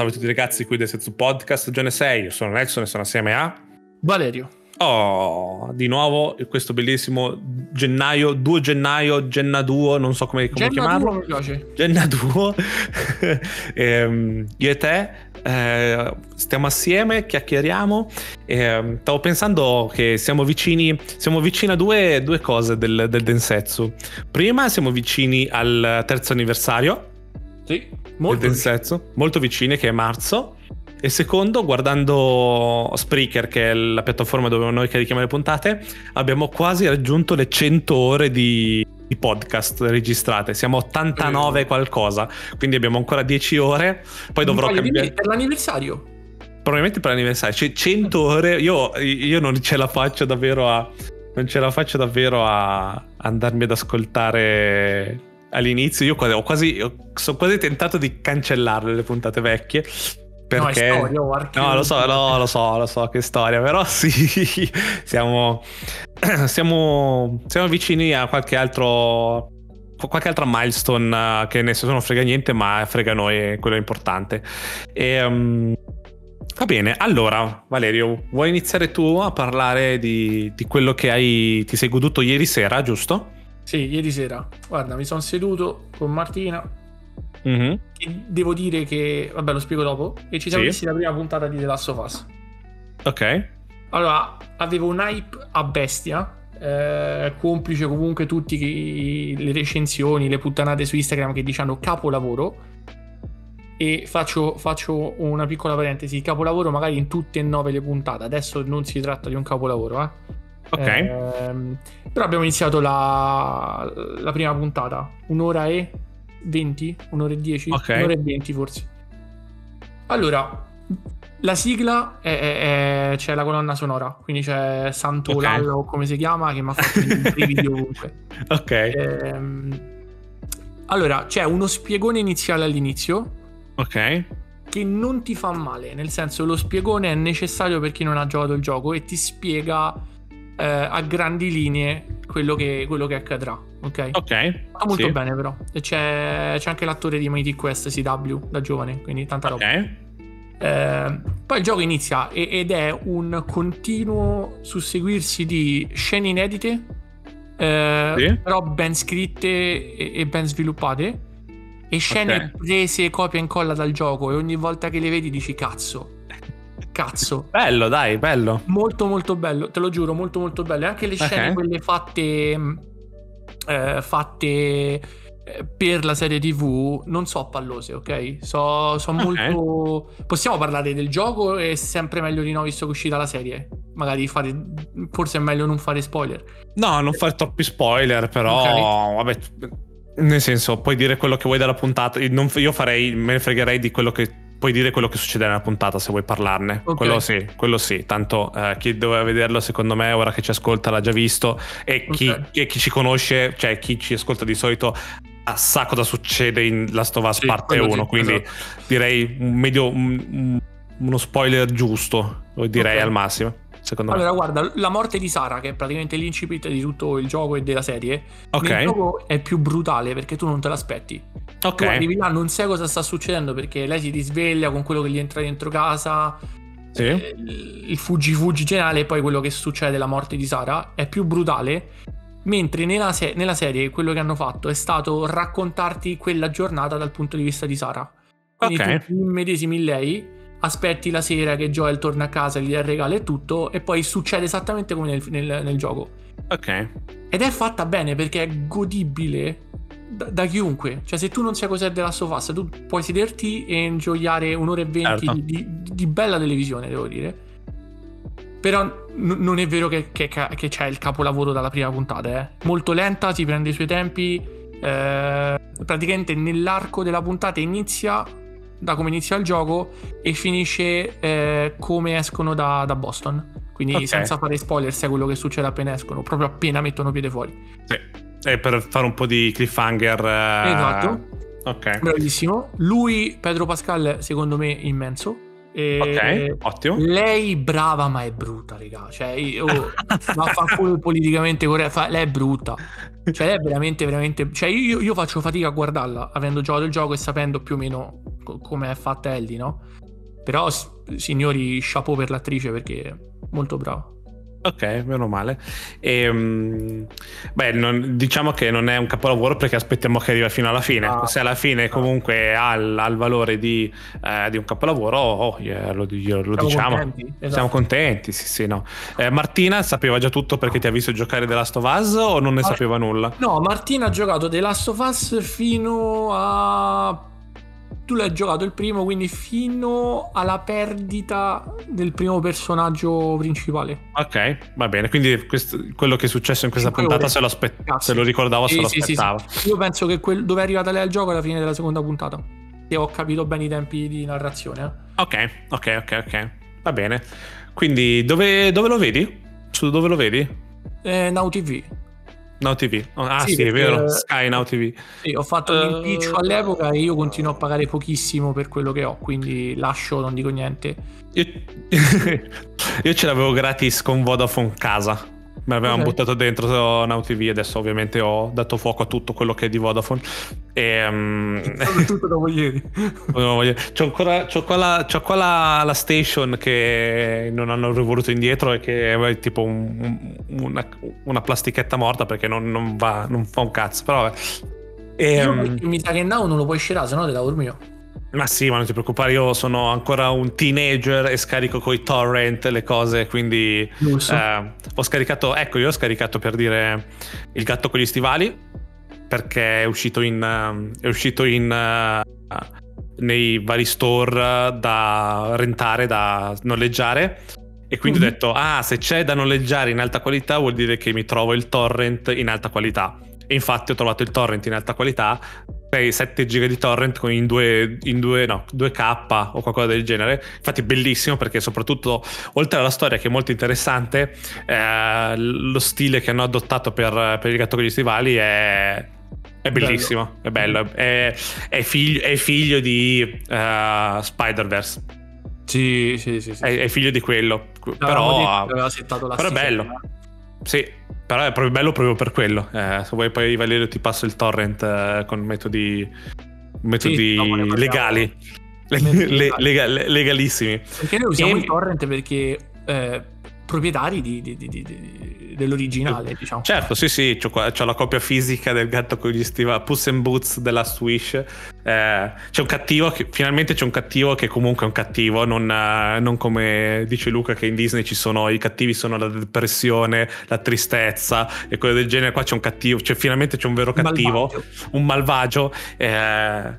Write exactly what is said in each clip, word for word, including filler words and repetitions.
salve a tutti ragazzi qui del Setsu Podcast, stagione sei, io sono Nelson e sono assieme a... Valerio. Oh, di nuovo questo bellissimo gennaio, due gennaio, Gennaduo, non so come, come chiamarlo. Mi piace. Gennaduo. ehm, io e te eh, stiamo assieme, chiacchieriamo. Eh, stavo pensando che siamo vicini, siamo vicini a due, due cose del, del Densetsu. Prima siamo vicini al terzo anniversario. Sì, molto del Densetsu, molto vicini, che è marzo. E secondo, guardando Spreaker, che è la piattaforma dove noi carichiamo le puntate, abbiamo quasi raggiunto le cento ore di, di podcast registrate. Siamo a ottantanove e qualcosa, quindi abbiamo ancora dieci ore. Poi dovrò cambiare per l'anniversario. Probabilmente per l'anniversario. Cioè cento ore. Io, io non ce la faccio davvero a non ce la faccio davvero a andarmi ad ascoltare all'inizio. Io quasi, ho quasi sono quasi tentato di cancellarle le puntate vecchie. Perché no, storia, oh, no, lo so, no, lo so, lo so che storia, però sì, siamo, siamo, siamo vicini a qualche altro, qualche altra milestone che nessuno frega niente, ma frega noi, quello è importante. E, um, va bene, allora Valerio, vuoi iniziare tu a parlare di, di quello che hai, ti sei goduto ieri sera, giusto? Sì, ieri sera, guarda, mi sono seduto con Martina. Mm-hmm. Devo dire che, vabbè, lo spiego dopo. E ci siamo sì. visti la prima puntata di The Last of Us. Ok. Allora, avevo un hype a bestia, eh, complice comunque tutte le recensioni, le puttanate su Instagram che dicano capolavoro. E faccio, faccio una piccola parentesi: capolavoro magari in tutte e nove le puntate. Adesso non si tratta di un capolavoro, eh. Ok. Eh, però abbiamo iniziato la, la prima puntata, un'ora e venti, un'ora e dieci, okay. un'ora e venti forse. Allora, la sigla è, è, è, c'è la colonna sonora, quindi c'è Santo okay. Lalla o come si chiama, che mi ha fatto i brividi ovunque. Ok. Ehm, allora, c'è uno spiegone iniziale all'inizio. Ok. Che non ti fa male, nel senso, lo spiegone è necessario per chi non ha giocato il gioco e ti spiega eh, a grandi linee quello che, quello che accadrà. Ok, ok, va molto sì. bene però. E c'è, c'è anche l'attore di Mythic Quest C W da giovane, quindi tanta roba. Ok. Eh, poi il gioco inizia ed è un continuo susseguirsi di scene inedite, eh, sì. però ben scritte e, e ben sviluppate, e scene okay. prese copia e incolla dal gioco, e ogni volta che le vedi dici cazzo. Cazzo, bello, dai, bello. Molto molto bello, te lo giuro, molto molto bello. E anche le scene okay. quelle fatte eh, fatte per la serie tivù non so pallose, ok? So, so okay. molto. Possiamo parlare del gioco? È sempre meglio di no, visto che è uscita la serie. Magari fare, forse è meglio non fare spoiler. No, non fare troppi spoiler, però okay. vabbè, nel senso, puoi dire quello che vuoi dalla puntata. Non, io farei, me ne fregherei di quello che puoi dire, quello che succede nella puntata, se vuoi parlarne. Okay. Quello sì, quello sì. Tanto eh, chi doveva vederlo, secondo me, ora che ci ascolta l'ha già visto, e chi, okay. e chi ci conosce, cioè chi ci ascolta di solito, sa cosa succede in Last of Us sì, parte uno, sì, quindi esatto. direi un medio un, uno spoiler giusto, direi okay. al massimo, secondo allora, me. Allora, guarda, la morte di Sarah, che è praticamente l'incipit di tutto il gioco e della serie, okay. nel gioco è più brutale perché tu non te l'aspetti. Ok. Tu arrivi là, non sai cosa sta succedendo, perché lei si risveglia con quello che gli entra dentro casa, sì. eh, il fuggi fuggi generale, e poi quello che succede, la morte di Sarah, è più brutale. Mentre nella, se- nella serie quello che hanno fatto è stato raccontarti quella giornata dal punto di vista di Sarah. Quindi okay. tu immedesimi in lei, aspetti la sera che Joel torna a casa, gli regala e tutto, e poi succede esattamente come nel, nel, nel gioco. Ok. Ed è fatta bene perché è godibile da, da chiunque. Cioè, se tu non sai cos'è The Last of Us, tu puoi sederti e ingoiare un'ora e venti certo. di, di, di bella televisione, devo dire. Però n- non è vero che, che, che c'è il capolavoro dalla prima puntata, eh. Molto lenta, si prende i suoi tempi, eh, praticamente nell'arco della puntata inizia da come inizia il gioco e finisce eh, come escono da, da Boston. Quindi okay. senza fare spoiler, sai quello che succede appena escono, proprio appena mettono piede fuori. Sì, e per fare un po' di cliffhanger. Uh... Esatto. Ok. Bravissimo. Lui, Pedro Pascal, secondo me immenso. E ok, ottimo. Lei brava ma è brutta, raga. Cioè, io ma fa pure politicamente corretta. Lei è brutta. Cioè, lei è veramente, veramente. Cioè, io, io faccio fatica a guardarla, avendo giocato il gioco e sapendo più o meno co- come è fatta Ellie, no? Però, signori, chapeau per l'attrice perché è molto brava. Ok, meno male. E, um, beh, non, diciamo che non è un capolavoro perché aspettiamo che arrivi fino alla fine. Ah, Se alla fine comunque ha il, ha il valore di, eh, di un capolavoro, oh, yeah, lo, io, lo Siamo diciamo. Contenti? Esatto. Siamo contenti, sì, sì, no. Eh, Martina sapeva già tutto perché ti ha visto giocare The Last of Us o non ne Mar- sapeva nulla? No, Martina ha giocato The Last of Us fino a... Tu l'hai giocato il primo, quindi fino alla perdita del primo personaggio principale. Ok, va bene. Quindi questo, quello che è successo in questa Cinque puntata ore. se lo, aspe- Cazzo. se lo ricordavo, Sì, se lo sì, sì, aspettava. sì. Io penso che quel, dove è arrivata lei al gioco è alla fine della seconda puntata. E ho capito bene i tempi di narrazione. Eh. Ok, ok, ok, ok. Va bene. Quindi dove, dove lo vedi? Su dove lo vedi? Eh, Now T V. Now T V. Oh, ah Sì, sì, è perché- vero, Sky Now T V. Sì, ho fatto Eh, l'impiccio all'epoca e io continuo a pagare pochissimo per quello che ho, quindi lascio, non dico niente. Io, io ce l'avevo gratis con Vodafone casa. Me l'avevano Ok. buttato dentro Now T V. Adesso ovviamente ho dato fuoco a tutto quello che è di Vodafone. E, um, Tutto dopo ieri. c'ho ancora c'ho qua, la, c'ho qua la, la station che non hanno rivoluto indietro e che è tipo un, una, una plastichetta morta perché non, non va, non fa un cazzo. Però vabbè. E, Io, um, mi sa che Now non lo puoi scegliere, se no te lavoro il mio. Ma sì, ma non ti preoccupare, io sono ancora un teenager e scarico coi torrent le cose, quindi eh, ho scaricato, ecco, io ho scaricato per dire Il gatto con gli stivali, perché è uscito in uh, è uscito in uh, nei vari store da rentare, da noleggiare, e quindi Mm-hmm. ho detto, ah, se c'è da noleggiare in alta qualità vuol dire che mi trovo il torrent in alta qualità. E infatti ho trovato il torrent in alta qualità, sette giga di torrent con in due, in due, no, due K o qualcosa del genere. Infatti bellissimo perché soprattutto, oltre alla storia che è molto interessante, eh, lo stile che hanno adottato per, per Il gatto con gli stivali è, è bellissimo, bello. È bello, è, è, figlio, è figlio di uh, Spider-Verse. Sì, sì, sì, sì. È, è figlio di quello, no, però, aveva settato la però è bello. Sì, però è proprio bello proprio per quello. Eh, se vuoi poi Valerio ti passo il torrent eh, con metodi metodi sì, no, legali. Le, lega, legalissimi. Perché noi usiamo e... il torrent perché eh, proprietari di, di, di, di, dell'originale, diciamo. Certo, sì, sì, c'ho, qua, c'ho la copia fisica del gatto con gli stivali, Puss in Boots della Swish. Eh, c'è un cattivo, che, finalmente c'è un cattivo che comunque è un cattivo, non, uh, non come dice Luca che in Disney ci sono i cattivi, sono la depressione, la tristezza e cose del genere. Qua c'è un cattivo, cioè finalmente c'è un vero cattivo, malvagio. un malvagio. Eh,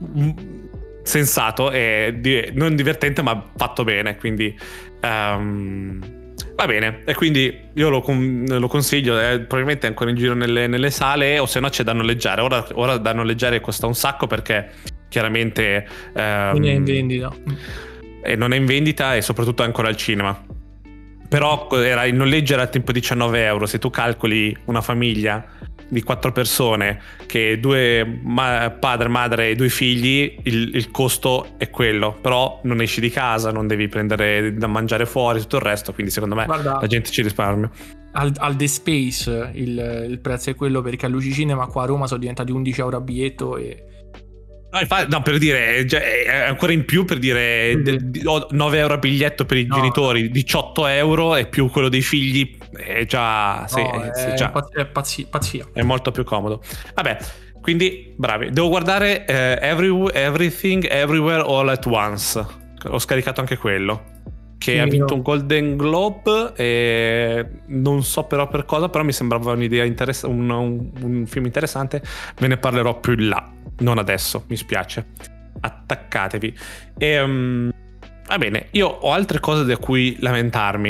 sensato e di, non divertente ma fatto bene, quindi um, va bene, e quindi io lo, lo consiglio, eh, probabilmente è ancora in giro nelle, nelle sale, o se no c'è da noleggiare. Ora, ora da noleggiare costa un sacco perché chiaramente um, non è in vendita e non è in vendita e soprattutto è ancora al cinema. Però era, il noleggio era tipo diciannove euro. Se tu calcoli una famiglia di quattro persone che due ma- padre, madre e due figli, il, il costo è quello, però non esci di casa, non devi prendere da mangiare fuori, tutto il resto, quindi secondo me guarda, la gente ci risparmia. Al, al The Space il, il prezzo è quello, perché a Luci Cinema qua a Roma sono diventati undici euro a biglietto e... No, infatti, no, per dire, è ancora in più, per dire mm-hmm. nove euro a biglietto per i no, genitori, no. diciotto euro e più quello dei figli, è già, no, sì, è, sì, già. è pazzia, pazzia. È molto più comodo. Vabbè, quindi bravi. Devo guardare uh, every, Everything Everywhere All at Once. Ho scaricato anche quello, che sì, ha vinto no. un Golden Globe e non so però per cosa, però mi sembrava un'idea interessante, un, un, un film interessante. Ve ne parlerò più in là, non adesso, mi spiace. Attaccatevi. E, um, va bene, io ho altre cose da cui lamentarmi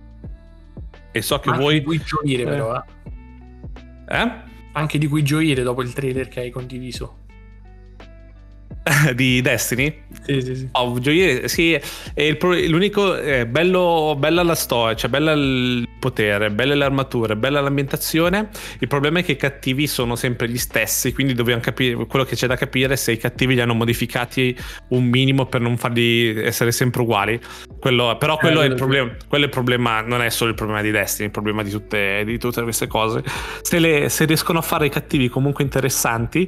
e so che anche voi di cui gioire eh. però eh? eh? Anche di cui gioire dopo il trailer che hai condiviso. di Destiny? Sì, sì, sì. Oh, gioielli, sì, è il pro- l'unico è bello, bella la storia, cioè bella il potere, belle le armature, bella l'ambientazione. Il problema è che i cattivi sono sempre gli stessi, quindi dobbiamo capire, quello che c'è da capire è se i cattivi li hanno modificati un minimo per non farli essere sempre uguali. Quello, però quello Eh, è il problema, quello è il problema, non è solo il problema di Destiny, il problema di tutte, di tutte queste cose. Se, le, se riescono a fare i cattivi comunque interessanti,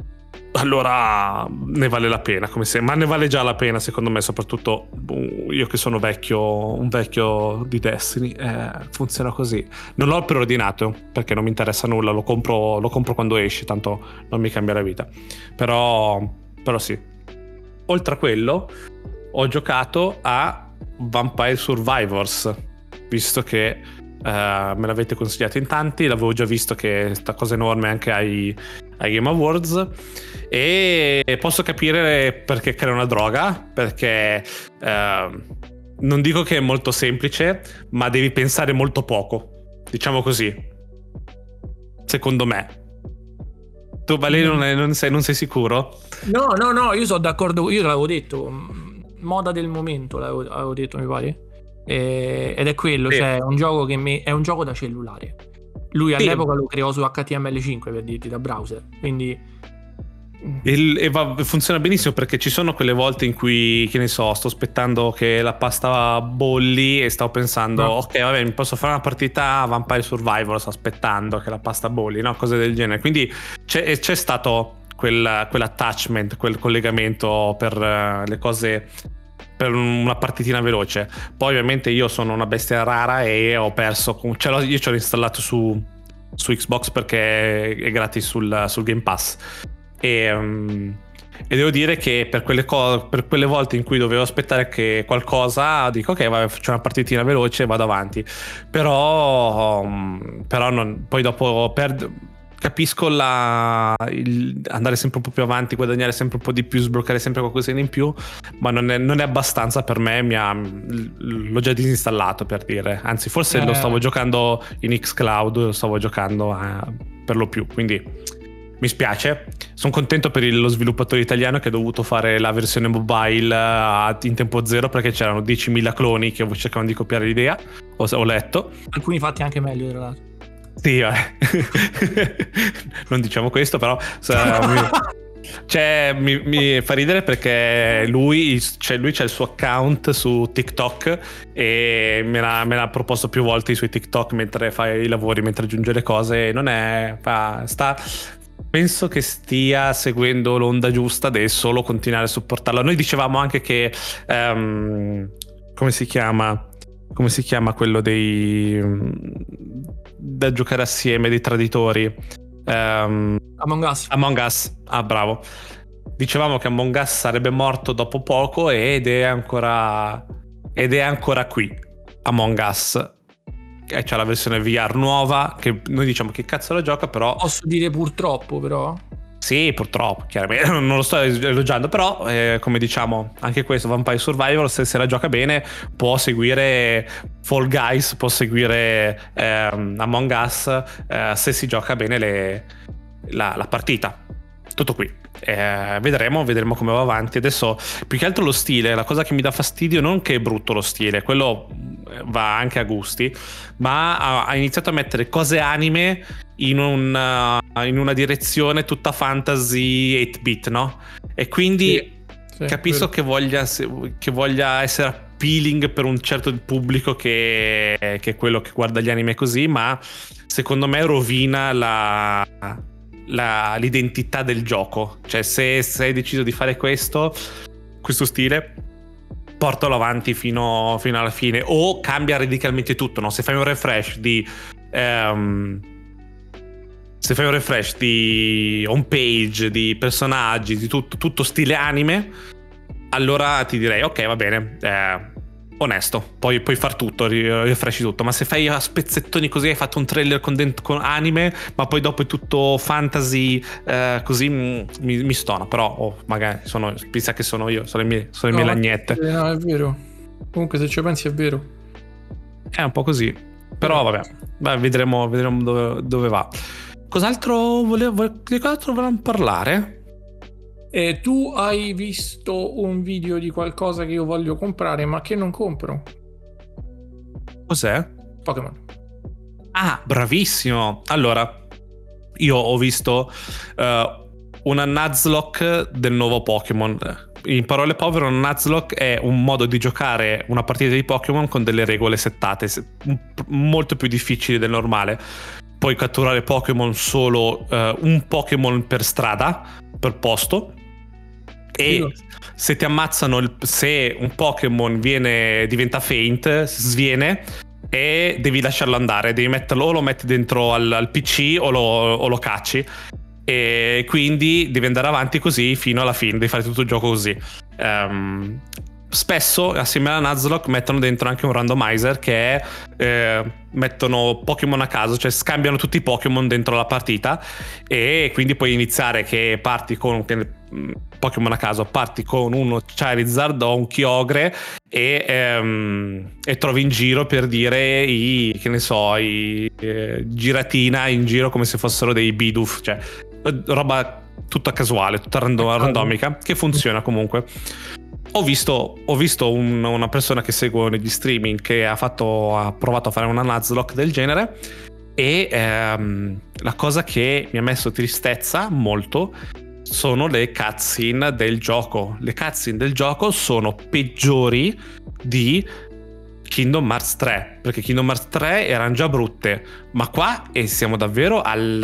allora ne vale la pena, come se, ma ne vale già la pena secondo me, soprattutto io che sono vecchio, un vecchio di Destiny, eh, funziona così. Non l'ho preordinato perché non mi interessa nulla, lo compro, lo compro quando esce, tanto non mi cambia la vita. Però, però sì. Oltre a quello, ho giocato a Vampire Survivors, visto che uh, me l'avete consigliato in tanti, l'avevo già visto che è sta cosa enorme anche ai, ai Game Awards, e posso capire perché crea una droga, perché uh, non dico che è molto semplice, ma devi pensare molto poco, diciamo così, secondo me. Tu Valerio non, non, sei, non sei sicuro? No, no, no, io sono d'accordo, io te l'avevo detto, moda del momento l'avevo, l'avevo detto mi pare, e, ed è quello, sì. Cioè è un gioco che me, è un gioco da cellulare. Lui all'epoca sì. Lo creò su H T M L cinque, per dirti, da browser, quindi Il, e va, funziona benissimo, perché ci sono quelle volte in cui, che ne so, sto aspettando che la pasta bolli e sto pensando no. ok, vabbè, mi posso fare una partita a Vampire Survivor, sto aspettando che la pasta bolli, no? Cose del genere. Quindi c'è, c'è stato quel, quell'attachment, quel collegamento per uh, le cose, per una partitina veloce. Poi ovviamente io sono una bestia rara e ho perso, ce l'ho, io ce l'ho installato su, su Xbox perché è gratis sul, sul Game Pass. E, um, e devo dire che per quelle, co- per quelle volte in cui dovevo aspettare che qualcosa, dico ok, vabbè, faccio una partitina veloce e vado avanti. Però, um, però non, poi dopo perdo, capisco la, il, andare sempre un po' più avanti, guadagnare sempre un po' di più, sbloccare sempre qualcosina in più, ma non è, non è abbastanza per me. Mi ha, l'ho già disinstallato, per dire, anzi forse eh. lo stavo giocando in xCloud, lo stavo giocando a, per lo più, quindi mi spiace. Sono contento per lo sviluppatore italiano che ha dovuto fare la versione mobile in tempo zero, perché c'erano diecimila cloni che cercavano di copiare l'idea, ho, ho letto. Alcuni fatti anche meglio, tra l'altro. Sì, vabbè. Non diciamo questo, però cioè, mi, mi fa ridere perché lui, cioè, lui c'ha il suo account su TikTok e me l'ha, me l'ha proposto più volte i suoi TikTok mentre fa i lavori, mentre aggiunge le cose. Non è fa, sta penso che stia seguendo l'onda giusta adesso, lo continuare a supportarlo. Noi dicevamo anche che um, come si chiama come si chiama quello dei um, da giocare assieme, dei traditori, um, Among Us. Among Us, ah bravo, dicevamo che Among Us sarebbe morto dopo poco ed è ancora ed è ancora qui Among Us. C'è la versione V R nuova che noi diciamo che cazzo la gioca, però posso dire purtroppo, però sì, purtroppo, chiaramente non lo sto elogiando, però eh, come diciamo anche questo Vampire Survivor, se se la gioca bene può seguire Fall Guys, può seguire eh, Among Us, eh, se si gioca bene le, la, la partita. Tutto qui. Eh, vedremo, vedremo come va avanti. Adesso più che altro lo stile, la cosa che mi dà fastidio, non che è brutto lo stile, quello va anche a gusti, ma ha, ha iniziato a mettere cose anime in, un, uh, in una direzione tutta fantasy otto bit, no? E quindi sì, sì, capisco che voglia, che voglia essere appealing per un certo pubblico che, che è quello che guarda gli anime così, ma secondo me rovina la La, l'identità del gioco. Cioè se, se hai deciso di fare questo questo stile, portalo avanti fino, fino alla fine, o cambia radicalmente tutto, no? Se fai un refresh di um, se fai un refresh di home page, di personaggi, di tutto, tutto stile anime, allora ti direi ok, va bene, eh, onesto, poi puoi far tutto, refreshi tutto. Ma se fai a spezzettoni così, hai fatto un trailer con, dentro, con anime, ma poi dopo è tutto fantasy, eh, così mi, mi stona. Però oh, magari sono, pensa che sono io, sono le mie, sono le no, mie lagnette. No, è vero. Comunque se ci pensi è vero. È un po' così. Però vabbè, beh, vedremo, vedremo dove, dove va. Cos'altro volevo, di cos'altro volevamo parlare? E tu hai visto un video di qualcosa che io voglio comprare ma che non compro? Cos'è? Pokémon. Ah, bravissimo. Allora, io ho visto uh, una Nuzlocke del nuovo Pokémon. In parole povere, un Nuzlocke è un modo di giocare una partita di Pokémon con delle regole settate, molto più difficili del normale. Puoi catturare Pokémon solo uh, un Pokémon per strada, per posto. E se ti ammazzano, il, se un Pokémon viene, diventa faint, sviene e devi lasciarlo andare, devi metterlo, o lo metti dentro al, al P C o lo, o lo cacci, e quindi devi andare avanti così fino alla fine, devi fare tutto il gioco così. Um, spesso assieme alla Nuzlocke mettono dentro anche un randomizer che è eh, mettono Pokémon a caso, cioè scambiano tutti i Pokémon dentro la partita, e quindi puoi iniziare che parti con Pokémon a caso, parti con uno Charizard o un Kyogre e, ehm, e trovi in giro, per dire, i, che ne so, i eh, giratina in giro come se fossero dei Bidoof, cioè roba tutta casuale, tutta random, randomica, che funziona comunque. Ho visto, ho visto un, una persona che seguo negli streaming che ha fatto, ha provato a fare una Nuzlocke del genere, e ehm, la cosa che mi ha messo tristezza molto sono le cutscene del gioco. Le cutscene del gioco sono peggiori di Kingdom Hearts tre, perché Kingdom Hearts tre erano già brutte, ma qua e siamo davvero al,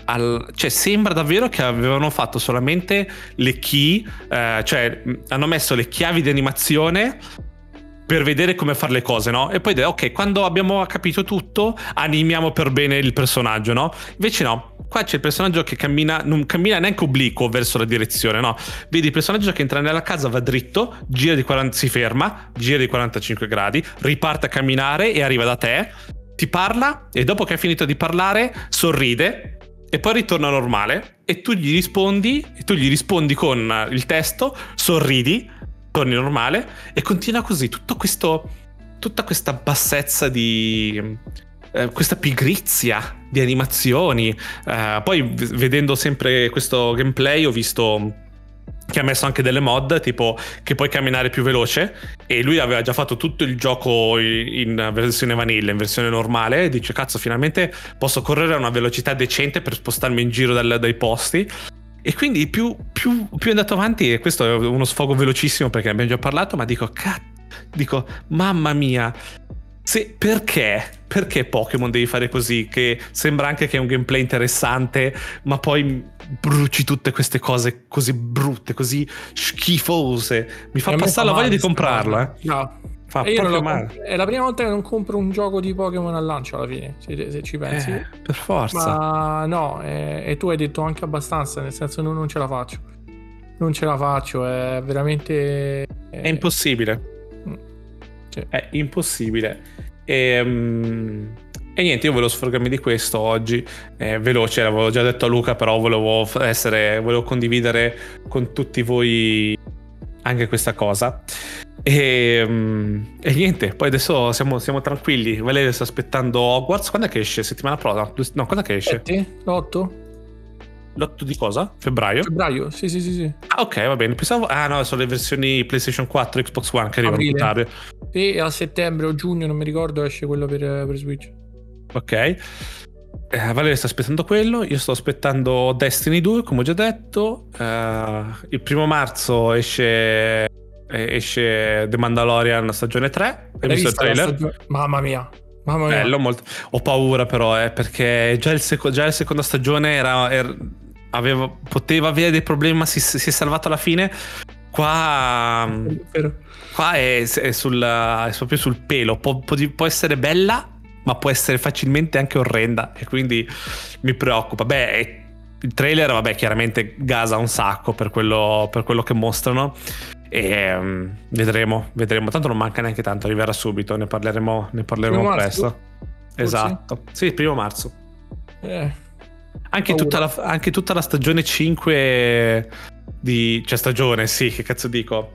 al cioè sembra davvero che avevano fatto solamente le key, eh, cioè hanno messo le chiavi di animazione per vedere come fare le cose, no? E poi ok, quando abbiamo capito tutto animiamo per bene il personaggio, no? Invece no, qua c'è il personaggio che cammina, non cammina neanche obliquo verso la direzione, no? Vedi il personaggio che entra nella casa, va dritto, gira di quaranta, si ferma, gira di quarantacinque gradi, riparte a camminare e arriva da te, ti parla, e dopo che ha finito di parlare sorride e poi ritorna normale, e tu gli rispondi, e tu gli rispondi con il testo, sorridi, torni normale, e continua così tutto questo, tutta questa bassezza di eh, questa pigrizia di animazioni. Eh, poi v- vedendo sempre questo gameplay ho visto che ha messo anche delle mod, tipo che puoi camminare più veloce, e lui aveva già fatto tutto il gioco in, in versione vanilla, in versione normale, e dice cazzo, finalmente posso correre a una velocità decente per spostarmi in giro dal, dai posti. E quindi più, più, più è andato avanti, e questo è uno sfogo velocissimo perché abbiamo già parlato, ma dico, cazzo, dico, mamma mia, se, perché? Perché Pokémon devi fare così? Che sembra anche che è un gameplay interessante, ma poi bruci tutte queste cose così brutte, così schifose. Mi fa passare la voglia di comprarlo, eh. No. Fa io proprio non male. Comp- è la prima volta che non compro un gioco di Pokémon al lancio, alla fine, se, se ci pensi. Eh, per forza. Ma no, eh, e tu hai detto anche abbastanza, nel senso non, non ce la faccio. Non ce la faccio, è veramente... È, è impossibile. Mm. Sì. È impossibile. E, um, e niente, io volevo sfogarmi di questo oggi, eh, veloce, l'avevo già detto a Luca, però volevo essere, volevo condividere con tutti voi anche questa cosa. E, um, e niente, poi adesso siamo, siamo tranquilli. Valeria sta aspettando Hogwarts. Quando è che esce? Settimana prossima? No, quando è che esce? l'otto? L'otto di cosa? Febbraio? Febbraio, sì sì sì sì. Ah, ok, va bene. Pensavo... Ah no, sono le versioni PlayStation quattro, Xbox One che arrivano più tardi. Sì, a settembre o giugno, non mi ricordo, esce quello per, per Switch. Ok. Eh, Valeria sta aspettando quello. Io sto aspettando Destiny due, come ho già detto. Uh, il primo marzo esce... esce The Mandalorian stagione tre. Hai visto il trailer? Stagio... Mamma mia. Mamma mia. Bello, molto. Ho paura però, eh, perché già, il seco... già la seconda stagione era... era... Aveva... poteva avere dei problemi, ma si, si è salvato alla fine. Qua... Vero. Qua è, è, sul, è proprio sul pelo. Può, può, può essere bella, ma può essere facilmente anche orrenda, e quindi mi preoccupa. Beh, il trailer, vabbè, chiaramente gasa un sacco per quello, per quello che mostrano, e um, vedremo, vedremo. Tanto non manca neanche tanto, arriverà subito, ne parleremo, ne parleremo presto. Esatto, sì, il primo marzo. Eh, anche, tutta la, anche tutta la stagione cinque di, cioè stagione, sì, che cazzo dico,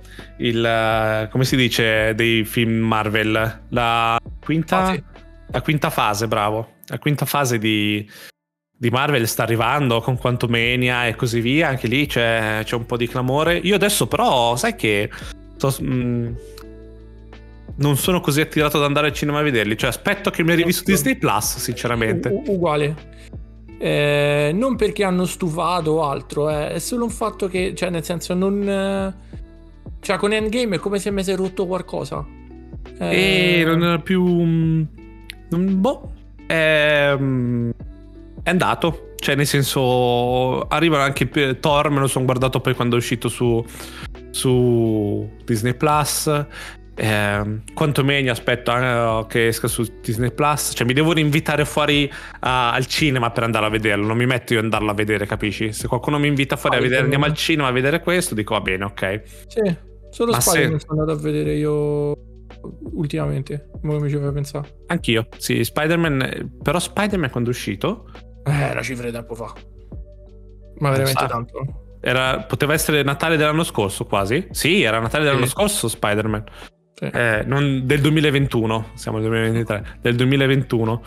il, come si dice, dei film Marvel, la quinta, ah, sì. la quinta fase, bravo, la quinta fase di di Marvel sta arrivando con Quantumania e così via, anche lì c'è, c'è un po' di clamore. Io adesso però sai che sto, mh, non sono così attirato ad andare al cinema a vederli, cioè aspetto che mi arrivi su Disney Plus, sinceramente. U- uguale. Eh, non perché hanno stufato o altro, eh, è solo un fatto che, cioè nel senso non... Eh, cioè con Endgame è come se mi si è rotto qualcosa. Eh, e non era più... Mh, boh, è... Mh, è andato, cioè nel senso arrivano anche Thor, me lo sono guardato poi quando è uscito su su Disney Plus, eh, Quantumania aspetto eh, che esca su Disney Plus, cioè mi devo rinvitare fuori uh, al cinema per andare a vederlo, non mi metto io ad andarlo a vedere, capisci? Se qualcuno mi invita fuori ah, a vedere, andiamo al cinema a vedere questo, dico va bene, ok. Sì, solo Spider-Man se... sono andato a vedere io ultimamente, come mi ci fai pensare? Anch'io, sì, Spider-Man, però Spider-Man quando è uscito Eh, era cifre di tempo fa. Ma veramente tanto. Era, poteva essere Natale dell'anno scorso quasi. Sì, era Natale dell'anno sì. scorso Spider-Man. Sì. Eh, non del duemilaventuno, siamo nel duemilaventitré, del duemilaventuno.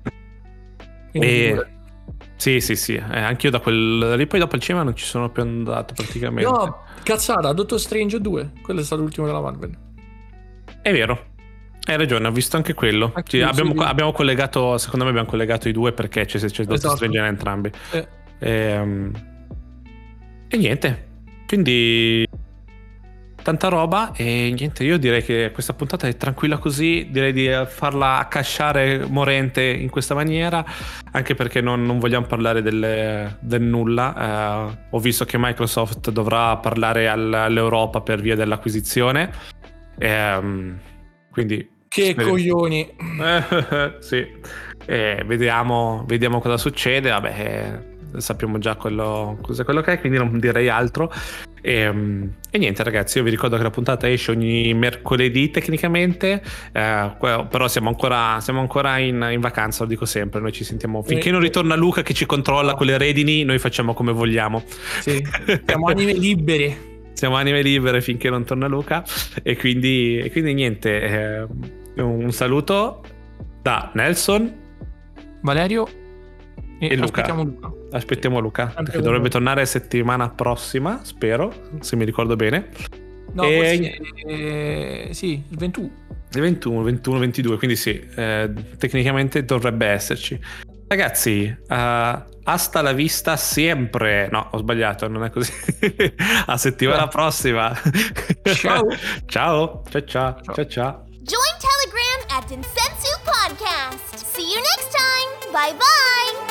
E... Sì, sì, sì. Eh, anch'io da quel da lì poi dopo il cinema non ci sono più andato praticamente. No, cazzata, Doctor Strange due. Quello è stato l'ultimo della Marvel. È vero. Hai ragione, ho visto anche quello. Anche sì, abbiamo, sì. abbiamo collegato, secondo me abbiamo collegato i due perché c'è, c'è Doctor esatto. Strange in entrambi. Eh. E, um, e niente. Quindi tanta roba e niente, io direi che questa puntata è tranquilla così, direi di farla accasciare morente in questa maniera, anche perché non, non vogliamo parlare delle, del nulla. Eh, ho visto che Microsoft dovrà parlare all, all'Europa per via dell'acquisizione. E, um, quindi che spero... coglioni sì, eh, vediamo, vediamo cosa succede. Vabbè, eh, sappiamo già quello, cosa quello che è, quindi non direi altro. E, um, e niente ragazzi, io vi ricordo che la puntata esce ogni mercoledì tecnicamente, eh, però siamo ancora, siamo ancora in, in vacanza, lo dico sempre, noi ci sentiamo finché non ritorna Luca che ci controlla con le redini, noi facciamo come vogliamo. Sì, siamo anime libere. Siamo anime libere finché non torna Luca e quindi, e quindi niente, eh, un saluto da Nelson, Valerio e, e Luca. Aspettiamo Luca. Aspettiamo Luca, che dovrebbe tornare settimana prossima, spero, se mi ricordo bene. No, e... forse, eh, sì, il ventuno. Il ventuno, ventuno, ventidue, quindi sì, eh, tecnicamente dovrebbe esserci. Ragazzi, uh, hasta la vista sempre. No, ho sbagliato, non è così. A settimana eh. prossima. Ciao. Ciao. Ciao ciao. Ciao ciao. Join Telegram at Densetsu Podcast. See you next time. Bye bye.